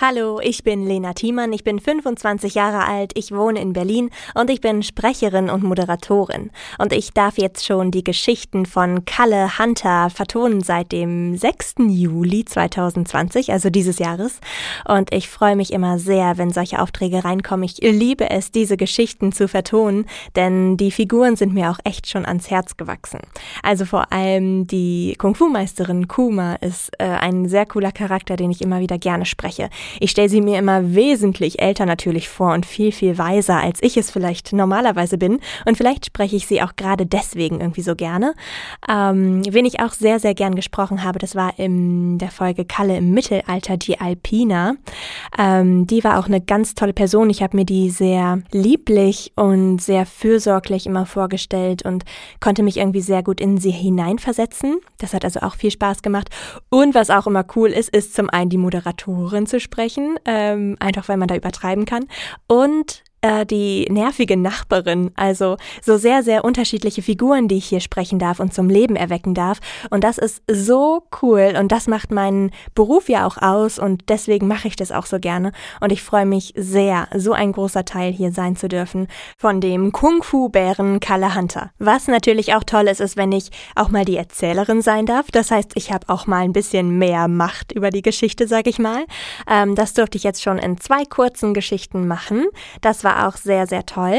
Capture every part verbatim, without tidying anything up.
Hallo, ich bin Lena Thiemann, ich bin fünfundzwanzig Jahre alt, ich wohne in Berlin und ich bin Sprecherin und Moderatorin. Und ich darf jetzt schon die Geschichten von Kalle Hunter vertonen seit dem sechsten Juli zweitausendzwanzig, also dieses Jahres. Und ich freue mich immer sehr, wenn solche Aufträge reinkommen. Ich liebe es, diese Geschichten zu vertonen, denn die Figuren sind mir auch echt schon ans Herz gewachsen. Also vor allem die Kung-Fu-Meisterin Kuma ist äh, ein sehr cooler Charakter, den ich immer wieder gerne spreche. Ich stelle sie mir immer wesentlich älter natürlich vor und viel, viel weiser, als ich es vielleicht normalerweise bin. Und vielleicht spreche ich sie auch gerade deswegen irgendwie so gerne. Ähm, wen ich auch sehr, sehr gern gesprochen habe, das war in der Folge Kalle im Mittelalter, die Alpina. Ähm, die war auch eine ganz tolle Person. Ich habe mir die sehr lieblich und sehr fürsorglich immer vorgestellt und konnte mich irgendwie sehr gut in sie hineinversetzen. Das hat also auch viel Spaß gemacht. Und was auch immer cool ist, ist zum einen die Moderatorin zu sprechen, ähm, einfach weil man da übertreiben kann, und äh, die nervige Nachbarin, also so sehr, sehr unterschiedliche Figuren, die ich hier sprechen darf und zum Leben erwecken darf, und das ist so cool und das macht meinen Beruf ja auch aus und deswegen mache ich das auch so gerne und ich freue mich sehr, so ein großer Teil hier sein zu dürfen von dem Kung-Fu-Bären Kalle Hunter. Was natürlich auch toll ist, ist, wenn ich auch mal die Erzählerin sein darf, das heißt, ich habe auch mal ein bisschen mehr Macht über die Geschichte, sag ich mal. Ähm, das durfte ich jetzt schon in zwei kurzen Geschichten machen, das war auch sehr, sehr toll.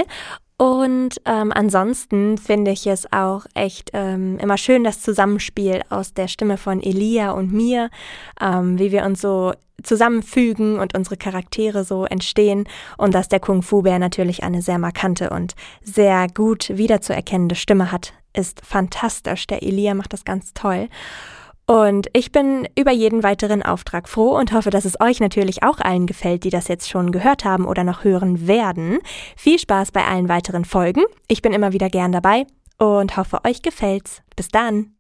Und ähm, ansonsten finde ich es auch echt ähm, immer schön, das Zusammenspiel aus der Stimme von Elia und mir, ähm, wie wir uns so zusammenfügen und unsere Charaktere so entstehen und dass der Kung-Fu-Bär natürlich eine sehr markante und sehr gut wiederzuerkennende Stimme hat, ist fantastisch. Der Elia macht das ganz toll. Und ich bin über jeden weiteren Auftrag froh und hoffe, dass es euch natürlich auch allen gefällt, die das jetzt schon gehört haben oder noch hören werden. Viel Spaß bei allen weiteren Folgen. Ich bin immer wieder gern dabei und hoffe, euch gefällt's. Bis dann!